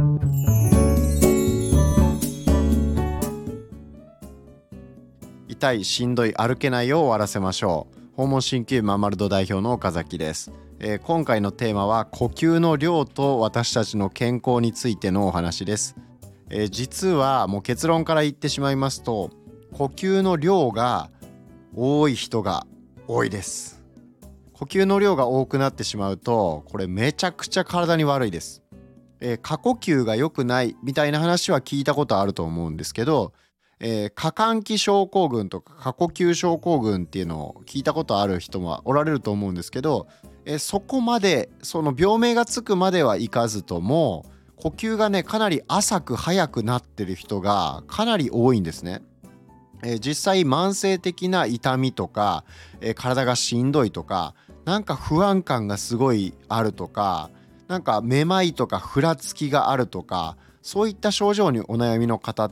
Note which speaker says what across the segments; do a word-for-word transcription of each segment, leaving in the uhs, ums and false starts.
Speaker 1: 痛い、しんどい、歩けないを終わらせましょう。訪問鍼灸ママルド代表の岡崎です。えー、今回のテーマは呼吸の量と私たちの健康についてのお話です。えー、実はもう結論から言ってしまいますと、呼吸の量が多い人が多いです。呼吸の量が多くなってしまうと、これめちゃくちゃ体に悪いです。えー、過呼吸が良くないみたいな話は聞いたことあると思うんですけど、えー、過換気症候群とか過呼吸症候群っていうのを聞いたことある人もおられると思うんですけど、えー、そこまでその病名がつくまではいかずとも、呼吸がねかなり浅く速くなってる人がかなり多いんですね。えー、実際慢性的な痛みとか、えー、体がしんどいとか、なんか不安感がすごいあるとか、なんかめまいとかふらつきがあるとか、そういった症状にお悩みの方って、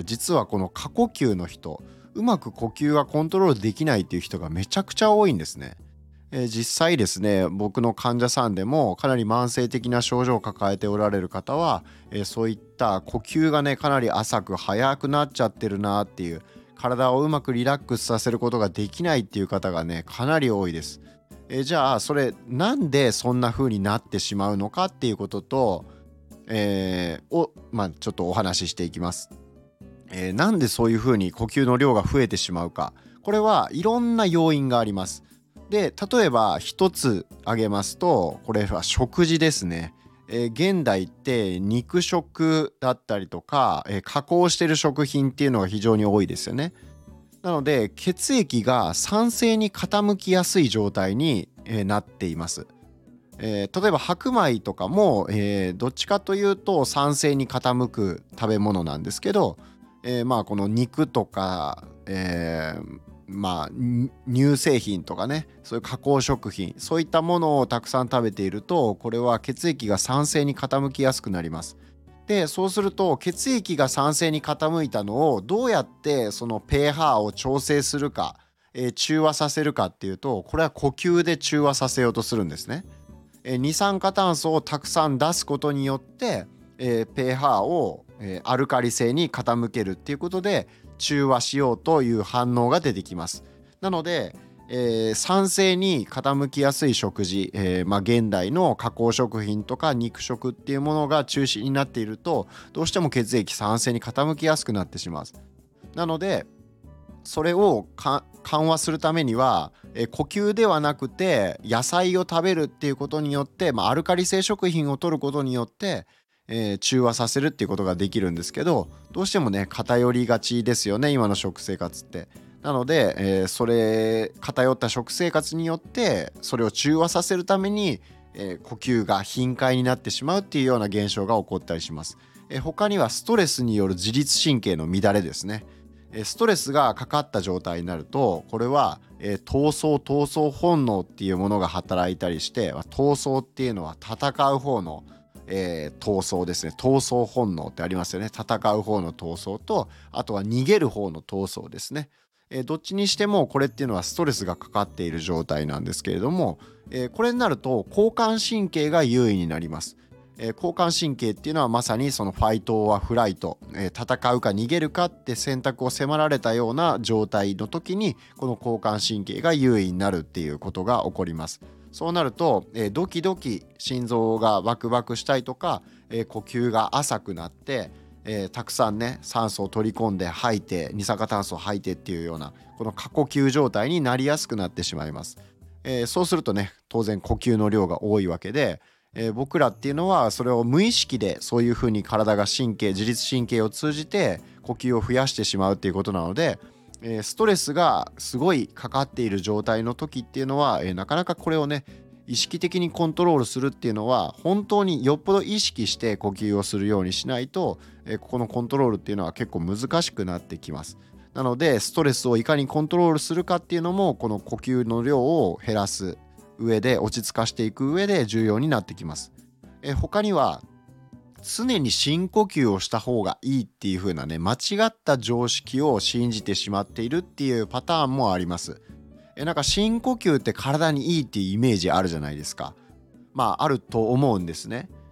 Speaker 1: 実はこの過呼吸の人、うまく呼吸がコントロールできないっていう人がめちゃくちゃ多いんですね。えー実際ですね、僕の患者さんでもかなり慢性的な症状を抱えておられる方は、えーそういった呼吸がねかなり浅く速くなっちゃってるなっていう、体をうまくリラックスさせることができないっていう方がねかなり多いです。えーじゃあそれなんでそんな風になってしまうのかっていうことと、えーをまあちょっとお話ししていきます。えーなんでそういう風に呼吸の量が増えてしまうか、これはいろんな要因があります。で、例えば一つ挙げますと、これは食事ですね。えー現代って肉食だったりとか、えー加工してる食品っていうのが非常に多いですよね。なので血液が酸性に傾きやすい状態に、えーなっています。えー例えば白米とかも、えーどっちかというと酸性に傾く食べ物なんですけど、えーまあこの肉とか、えーまあに乳製品とかね、そういう加工食品、そういったものをたくさん食べていると、これは血液が酸性に傾きやすくなります。で、そうすると血液が酸性に傾いたのをどうやってその pH を調整するか、えー中和させるかっていうと、これは呼吸で中和させようとするんですね。えー二酸化炭素をたくさん出すことによって、えー pH を、えーアルカリ性に傾けるっていうことで中和しようという反応が出てきます。なので、えー酸性に傾きやすい食事、えーまあ、現代の加工食品とか肉食っていうものが中心になっていると、どうしても血液酸性に傾きやすくなってしまう。なのでそれをか緩和するためには、えー呼吸ではなくて野菜を食べるっていうことによって、まあ、アルカリ性食品を摂ることによって、えー中和させるっていうことができるんですけど、どうしてもね偏りがちですよね、今の食生活って。なので、えーそれ偏った食生活によってそれを中和させるために、えー呼吸が頻回になってしまうっていうような現象が起こったりします。えー他にはストレスによる自律神経の乱れですね。えーストレスがかかった状態になると、これは、えー闘争闘争本能っていうものが働いたりして、まあ闘争っていうのは戦う方の、えー闘争ですね。闘争本能ってありますよね。戦う方の闘争と、あとは逃げる方の闘争ですね。えーどっちにしてもこれっていうのはストレスがかかっている状態なんですけれども、えーこれになると交感神経が優位になります。えー交感神経っていうのはまさにそのファイトはフライト、えー戦うか逃げるかって選択を迫られたような状態の時に、この交感神経が優位になるっていうことが起こります。そうなると、えードキドキ心臓がバクバクしたりとか、えー呼吸が浅くなって、えーたくさんね酸素を取り込んで吐いて、二酸化炭素を吐いてっていうような、この過呼吸状態になりやすくなってしまいます。えーそうするとね、当然呼吸の量が多いわけで、えー僕らっていうのはそれを無意識でそういうふうに体が神経自律神経を通じて呼吸を増やしてしまうっていうことなので、えーストレスがすごいかかっている状態の時っていうのは、えーなかなかこれをね意識的にコントロールするっていうのは、本当によっぽど意識して呼吸をするようにしないと、えーここのコントロールっていうのは結構難しくなってきます。なのでストレスをいかにコントロールするかっていうのも、この呼吸の量を減らす上で、落ち着かしていく上で重要になってきます。え他には常に深呼吸をした方がいいっていう風なね、間違った常識を信じてしまっているっていうパターンもあります。えなんか深呼吸って体にいいっていうイメージあるじゃないですか。まああると思うんですね。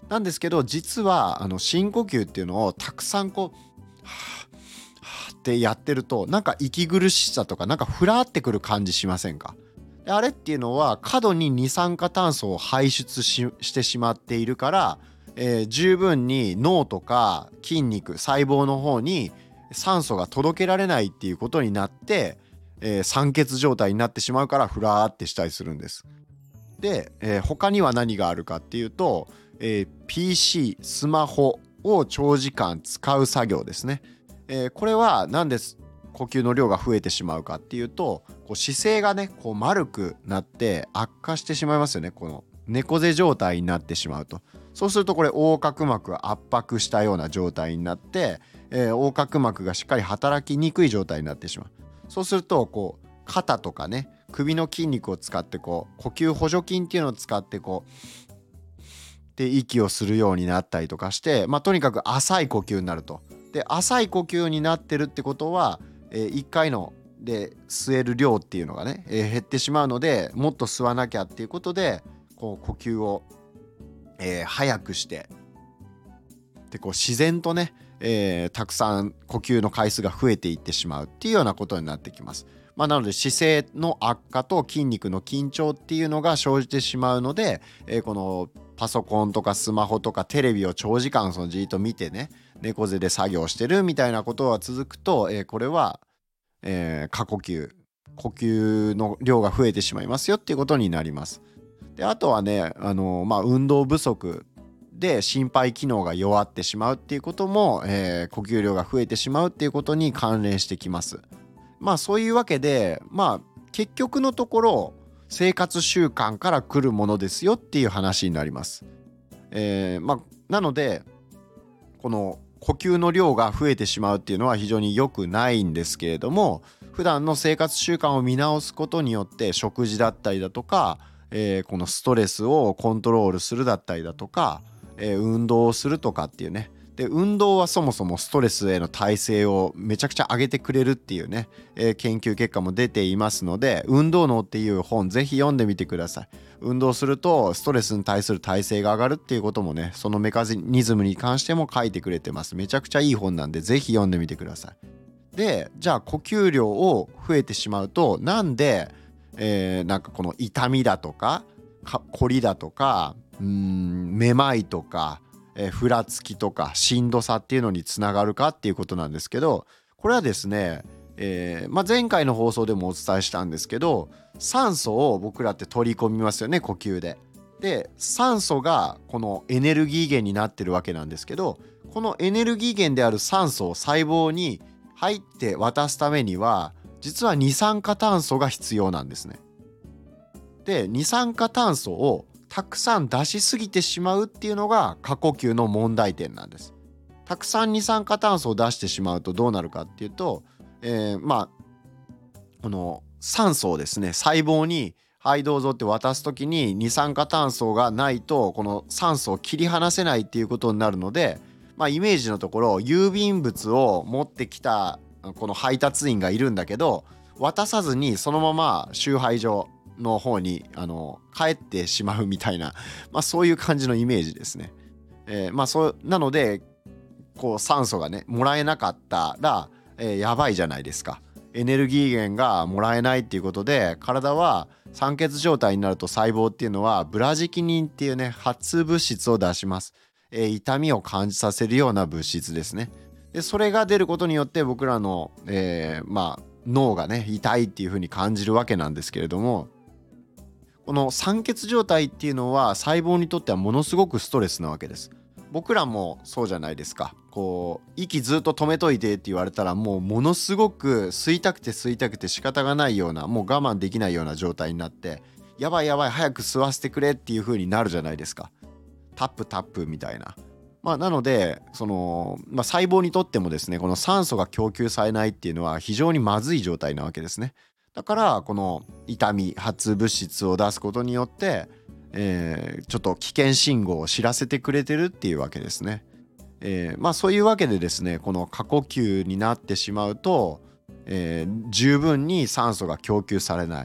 Speaker 1: なんですけど、実はあの深呼吸っていうのをたくさんこうはぁはぁってやってると、なんか息苦しさとかなんかふらってくる感じしませんか？であれっていうのは過度に二酸化炭素を排出ししてしまっているから、えー十分に脳とか筋肉細胞の方に酸素が届けられないっていうことになって、えー酸欠状態になってしまうからふらーってしたりするんです。で、えー他には何があるかっていうと、えー ピーシー スマホを長時間使う作業ですね。えーこれは何です呼吸の量が増えてしまうかっていうと、こう姿勢がねこう丸くなって悪化してしまいますよね。この猫背状態になってしまうと、そうするとこれ横隔膜が圧迫したような状態になって、えー横隔膜がしっかり働きにくい状態になってしまう。そうするとこう肩とかね首の筋肉を使ってこう呼吸補助筋っていうのを使ってこうで息をするようになったりとかして、まあ、とにかく浅い呼吸になると。で浅い呼吸になってるってことは、えーいっかいので吸える量っていうのがね、えー減ってしまうので、もっと吸わなきゃっていうことでこう呼吸を、えー早くしてでこう自然とね、えーたくさん呼吸の回数が増えていってしまうっていうようなことになってきます。まあ、なので姿勢の悪化と筋肉の緊張っていうのが生じてしまうので、えーこのパソコンとかスマホとかテレビを長時間そのじっと見てね猫背で作業してるみたいなことが続くと、えーこれは、えー過呼吸呼吸の量が増えてしまいますよっていうことになります。であとはね、あのまあ、運動不足で心肺機能が弱ってしまうっていうことも、えー呼吸量が増えてしまうっていうことに関連してきます。まあそういうわけで、まあ結局のところ生活習慣から来るものですよっていう話になります。えーまあ、なのでこの呼吸の量が増えてしまうっていうのは非常に良くないんですけれども、普段の生活習慣を見直すことによって食事だったりだとか、えーこのストレスをコントロールするだったりだとか、えー運動をするとかっていうね。で運動はそもそもストレスへの耐性をめちゃくちゃ上げてくれるっていうね、えー研究結果も出ていますので、運動脳っていう本ぜひ読んでみてください。運動するとストレスに対する耐性が上がるっていうこともね、そのメカニズムに関しても書いてくれてます。めちゃくちゃいい本なんでぜひ読んでみてください。でじゃあ呼吸量を増えてしまうとなんで、えーなんかこの痛みだとかか凝りだとかうーんめまいとか、えーふらつきとかしんどさっていうのにつながるかっていうことなんですけど、これはですね、えーまあ、前回の放送でもお伝えしたんですけど、酸素を僕らって取り込みますよね、呼吸で。で酸素がこのエネルギー源になってるわけなんですけど、このエネルギー源である酸素を細胞に入って渡すためには実は二酸化炭素が必要なんですね。で二酸化炭素をたくさん出しすぎてしまうっていうのが過呼吸の問題点なんです。たくさん二酸化炭素を出してしまうとどうなるかっていうと、えーまあこの酸素をですね細胞にはいどうぞって渡す時に二酸化炭素がないとこの酸素を切り離せないっていうことになるので、まあイメージのところ郵便物を持ってきたこの配達員がいるんだけど、渡さずにそのまま集配所の方にあの帰ってしまうみたいな、まあそういう感じのイメージですね。えーまあそうなのでこう酸素がねもらえなかったら、えーやばいじゃないですか。エネルギー源がもらえないっていうことで体は酸欠状態になると細胞っていうのはブラジキニンっていうね発物質を出します。えー痛みを感じさせるような物質ですね。でそれが出ることによって僕らの、えーまあ脳がね痛いっていう風に感じるわけなんですけれども、この酸欠状態っていうのは細胞にとってはものすごくストレスなわけです。僕らもそうじゃないですか。こう息ずっと止めといてって言われたらもうものすごく吸いたくて吸いたくて仕方がないような、もう我慢できないような状態になって、やばいやばい早く吸わせてくれっていう風になるじゃないですか。タップタップみたいな。まあなのでその、まあ、細胞にとってもですねこの酸素が供給されないっていうのは非常にまずい状態なわけですね。だからこの痛み発物質を出すことによって、えーちょっと危険信号を知らせてくれてるっていうわけですね。えーまあそういうわけでですね、この過呼吸になってしまうと、えー十分に酸素が供給されない。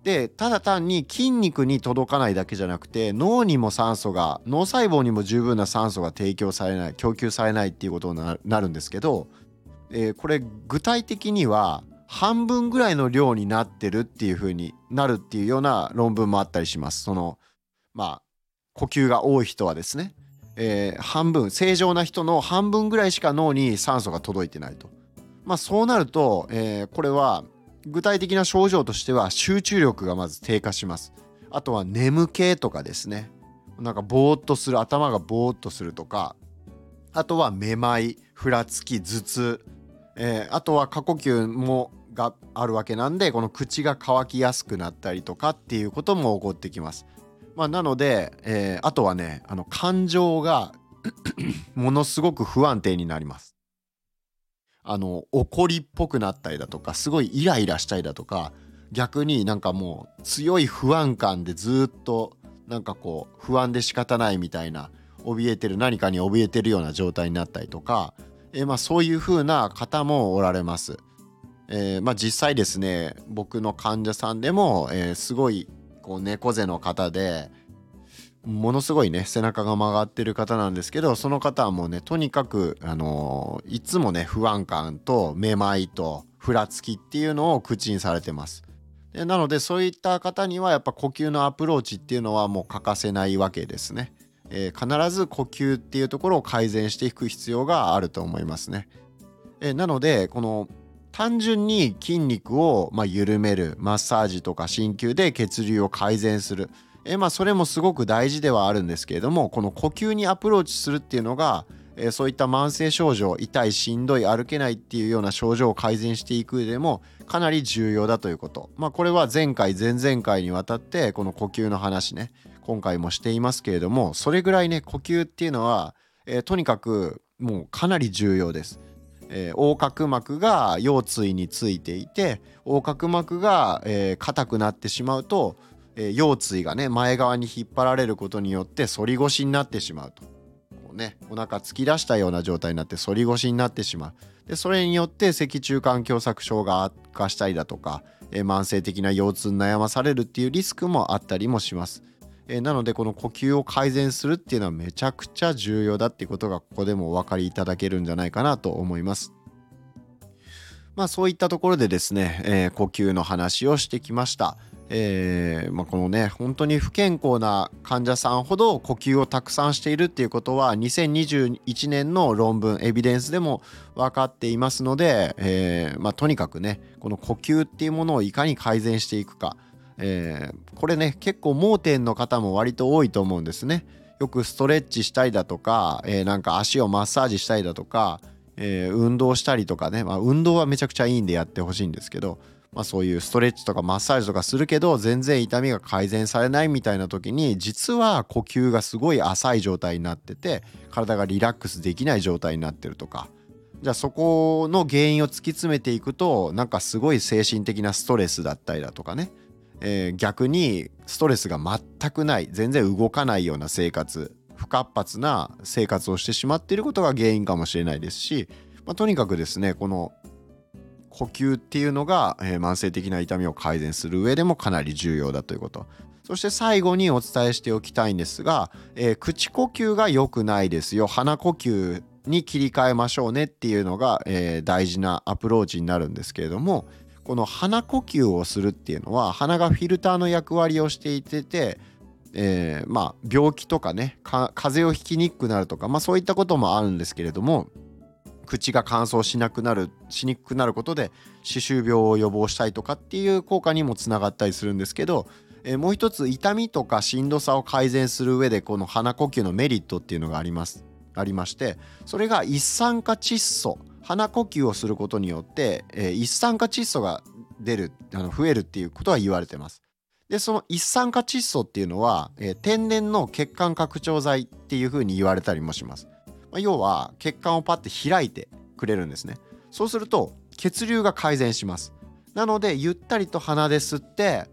Speaker 1: でただ単に筋肉に届かないだけじゃなくて、脳にも酸素が脳細胞にも十分な酸素が提供されない、供給されないっていうことにななるんですけど、えーこれ具体的には半分ぐらいの量になってるっていう風になるっていうような論文もあったりします。そのまあ呼吸が多い人はですね、えー半分、正常な人の半分ぐらいしか脳に酸素が届いてないと。まあそうなると、えーこれは具体的な症状としては集中力がまず低下します。あとは眠気とかですね、なんかぼーっとする、頭がぼーっとするとか、あとはめまい、ふらつき、頭痛、えーあとは過呼吸もがあるわけなんで、この口が乾きやすくなったりとかっていうことも起こってきます。まあ、なので、えーあとはね、あの感情がものすごく不安定になります。あの怒りっぽくなったりだとか、すごいイライラしたりだとか、逆になんかもう強い不安感でずっとなんかこう不安で仕方ないみたいな、怯えてる、何かに怯えてるような状態になったりとか、えーまあそういう風な方もおられます。えーまあ実際ですね、僕の患者さんでも、えーすごいこう猫背の方で、ものすごいね背中が曲がってる方なんですけど、その方はもうね、とにかくあのーいつもね不安感とめまいとふらつきっていうのを口にされてます。でなのでそういった方にはやっぱ呼吸のアプローチっていうのはもう欠かせないわけですね。えー必ず呼吸っていうところを改善していく必要があると思いますね。えーなのでこの単純に筋肉をまあ緩めるマッサージとか鍼灸で血流を改善する、えーまあそれもすごく大事ではあるんですけれども、この呼吸にアプローチするっていうのが、えーそういった慢性症状、痛い、しんどい、歩けないっていうような症状を改善していく上でもかなり重要だということ。まあこれは前回前々回にわたってこの呼吸の話ね、今回もしていますけれども、それぐらいね呼吸っていうのは、えーとにかくもうかなり重要です。えー横隔膜が腰椎についていて、横隔膜が、えー硬くなってしまうと、えー腰椎がね前側に引っ張られることによって反り腰になってしまうと。こうね、お腹突き出したような状態になって反り腰になってしまう。でそれによって脊柱管狭窄症が悪化したりだとか、えー慢性的な腰痛に悩まされるっていうリスクもあったりもします。えーなのでこの呼吸を改善するっていうのはめちゃくちゃ重要だっていうことがここでもお分かりいただけるんじゃないかなと思います。まあそういったところでですね、えー呼吸の話をしてきました。えーまあ、このね本当に不健康な患者さんほど呼吸をたくさんしているっていうことはにせんにじゅういちねんの論文エビデンスでも分かっていますので、えーまあ、とにかくねこの呼吸っていうものをいかに改善していくか、えーこれね結構盲点の方も割と多いと思うんですね。よくストレッチしたりだとか、えーなんか足をマッサージしたりだとか、えー運動したりとかね、まあ、運動はめちゃくちゃいいんでやってほしいんですけど、まあ、そういうストレッチとかマッサージとかするけど全然痛みが改善されないみたいな時に、実は呼吸がすごい浅い状態になってて体がリラックスできない状態になってるとか、じゃあそこの原因を突き詰めていくと、なんかすごい精神的なストレスだったりだとかね、えー逆にストレスが全くない、全然動かないような生活、不活発な生活をしてしまっていることが原因かもしれないですし、まあ、とにかくですねこの呼吸っていうのが、えー慢性的な痛みを改善する上でもかなり重要だということ。そして最後にお伝えしておきたいんですが、えー口呼吸が良くないですよ、鼻呼吸に切り替えましょうねっていうのが、えー大事なアプローチになるんですけれども、この鼻呼吸をするっていうのは鼻がフィルターの役割をしていてて、えーまあ病気とかねか風邪をひきにくくなるとか、まあそういったこともあるんですけれども、口が乾燥しなくなるしにくくなることで歯周病を予防したりとかっていう効果にもつながったりするんですけど、えーもう一つ痛みとかしんどさを改善する上でこの鼻呼吸のメリットっていうのがありますありまして、それが一酸化窒素、鼻呼吸をすることによって、えー一酸化窒素が出るあの増えるっていうことは言われてます。でその一酸化窒素っていうのは、えー天然の血管拡張剤っていうふうに言われたりもします。まあ、要は血管をパッて開いてくれるんですね。そうすると血流が改善します。なのでゆったりと鼻で吸って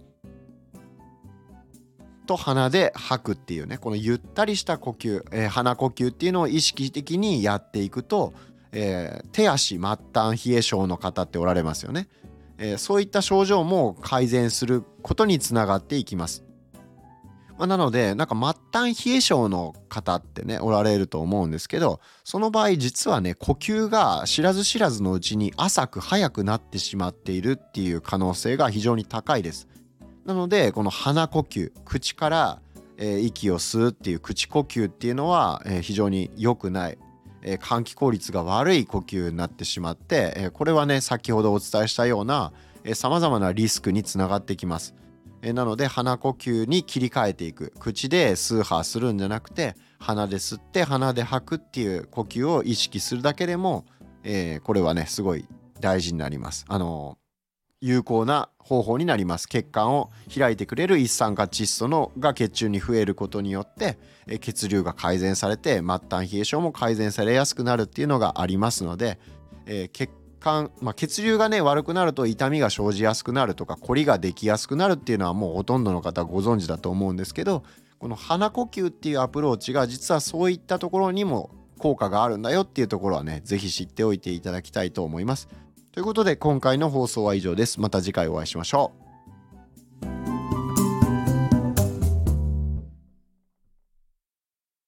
Speaker 1: と鼻で吐くっていうね、このゆったりした呼吸、えー鼻呼吸っていうのを意識的にやっていくと、えー手足末端冷え症の方っておられますよね。 えー、そういった症状も改善することにつながっていきます。まあ、なのでなんか末端冷え性の方ってねおられると思うんですけど、その場合実はね呼吸が知らず知らずのうちに浅く早くなってしまっているっていう可能性が非常に高いです。なのでこの鼻呼吸、口から、えー息を吸うっていう口呼吸っていうのは、えー非常に良くない、えー換気効率が悪い呼吸になってしまって、えーこれはね先ほどお伝えしたようなさまざまなリスクにつながってきます。えーなので鼻呼吸に切り替えていく、口で数波するんじゃなくて鼻で吸って鼻で吐くっていう呼吸を意識するだけでも、えーこれはねすごい大事になります。あのー有効な方法になります。血管を開いてくれる一酸化窒素のが血中に増えることによってえ血流が改善されて末端冷え症も改善されやすくなるっていうのがありますので、えー血管、まあ、血流がね悪くなると痛みが生じやすくなるとか凝りができやすくなるっていうのはもうほとんどの方ご存知だと思うんですけど、この鼻呼吸っていうアプローチが実はそういったところにも効果があるんだよっていうところはね、ぜひ知っておいていただきたいと思います。ということで今回の放送は以上です。また次回お会いしましょう。